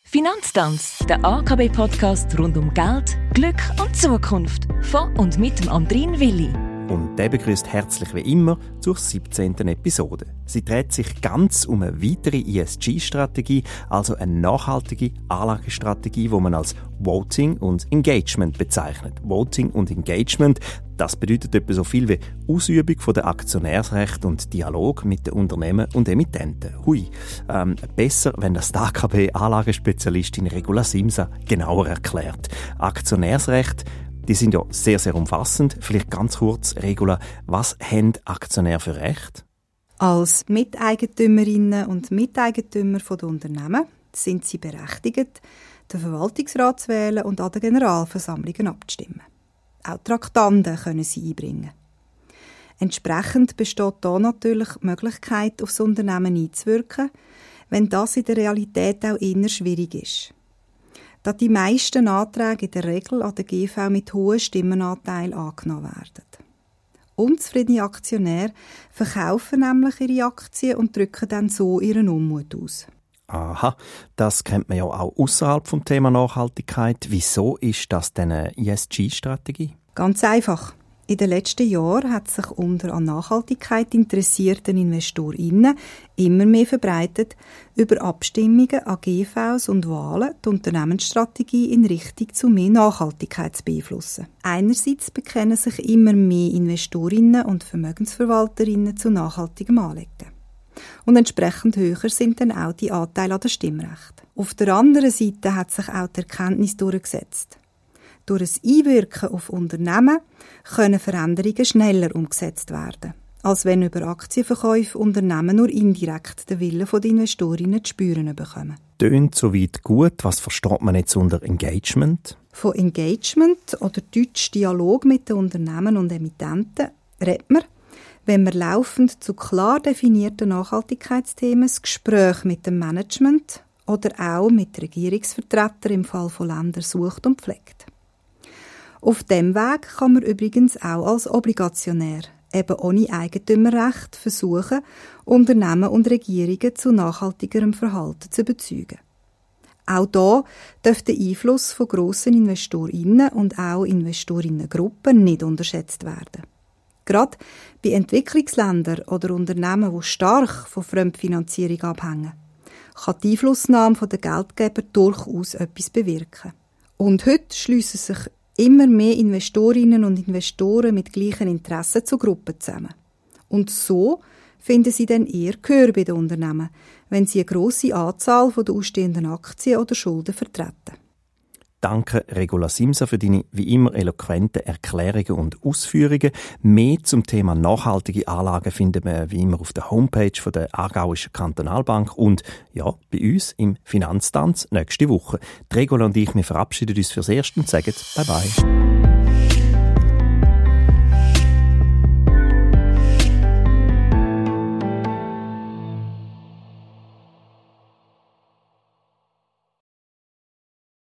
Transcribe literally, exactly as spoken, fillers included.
Finanztanz, der A K B-Podcast rund um Geld, Glück und Zukunft. Von und mit dem Andrin Willi. Und der begrüßt herzlich wie immer zur siebzehnten Episode. Sie dreht sich ganz um eine weitere E S G-Strategie, also eine nachhaltige Anlagestrategie, die man als Voting und Engagement bezeichnet. Voting und Engagement, das bedeutet etwa so viel wie Ausübung von der Aktionärsrecht und Dialog mit den Unternehmen und Emittenten. Hui, ähm, besser, wenn das die A K B-Anlagenspezialistin Regula Simsa genauer erklärt. Aktionärsrecht, die sind ja sehr, sehr umfassend. Vielleicht ganz kurz, Regula, was haben Aktionäre für Recht? Als Miteigentümerinnen und Miteigentümer der Unternehmen sind sie berechtigt, den Verwaltungsrat zu wählen und an den Generalversammlungen abzustimmen. Auch Traktanten können sie einbringen. Entsprechend besteht da natürlich die Möglichkeit, auf das Unternehmen einzuwirken, wenn das in der Realität auch eher schwierig ist. Da die meisten Anträge in der Regel an der G V mit hohem Stimmenanteil angenommen werden. Unzufriedene Aktionäre verkaufen nämlich ihre Aktien und drücken dann so ihren Unmut aus. Aha, das kennt man ja auch außerhalb vom Thema Nachhaltigkeit. Wieso ist das denn eine E S G-Strategie? Ganz einfach. In den letzten Jahren hat sich unter an Nachhaltigkeit interessierten InvestorInnen immer mehr verbreitet, über Abstimmungen an G Vs und Wahlen die Unternehmensstrategie in Richtung zu mehr Nachhaltigkeit zu beeinflussen. Einerseits bekennen sich immer mehr InvestorInnen und VermögensverwalterInnen zu nachhaltigem Anlegen. Und entsprechend höher sind dann auch die Anteile an dem Stimmrecht. Auf der anderen Seite hat sich auch die Erkenntnis durchgesetzt. Durch das Einwirken auf Unternehmen können Veränderungen schneller umgesetzt werden, als wenn über Aktienverkäufe Unternehmen nur indirekt den Willen der Investorinnen zu spüren bekommen. Tönt soweit gut. Was versteht man jetzt unter Engagement? Von Engagement oder deutsch Dialog mit den Unternehmen und Emittenten redet man, wenn man laufend zu klar definierten Nachhaltigkeitsthemen das Gespräch mit dem Management oder auch mit Regierungsvertretern im Fall von Ländern sucht und pflegt. Auf diesem Weg kann man übrigens auch als Obligationär, eben ohne Eigentümerrecht, versuchen, Unternehmen und Regierungen zu nachhaltigerem Verhalten zu überzeugen. Auch hier darf der Einfluss von grossen InvestorInnen und auch InvestorInnengruppen nicht unterschätzt werden. Gerade bei Entwicklungsländern oder Unternehmen, die stark von Fremdfinanzierung abhängen, kann die Einflussnahme der Geldgeber durchaus etwas bewirken. Und heute schliessen sich immer mehr Investorinnen und Investoren mit gleichen Interessen zu Gruppen zusammen. Und so finden sie dann eher Gehör bei den Unternehmen, wenn sie eine grosse Anzahl der ausstehenden Aktien oder Schulden vertreten. Danke, Regula Simsa, für deine wie immer eloquenten Erklärungen und Ausführungen. Mehr zum Thema nachhaltige Anlagen finden wir wie immer auf der Homepage von der Aargauischen Kantonalbank und ja, bei uns im Finanztanz nächste Woche. Die Regula und ich, wir verabschieden uns fürs Erste und sagen Bye-bye.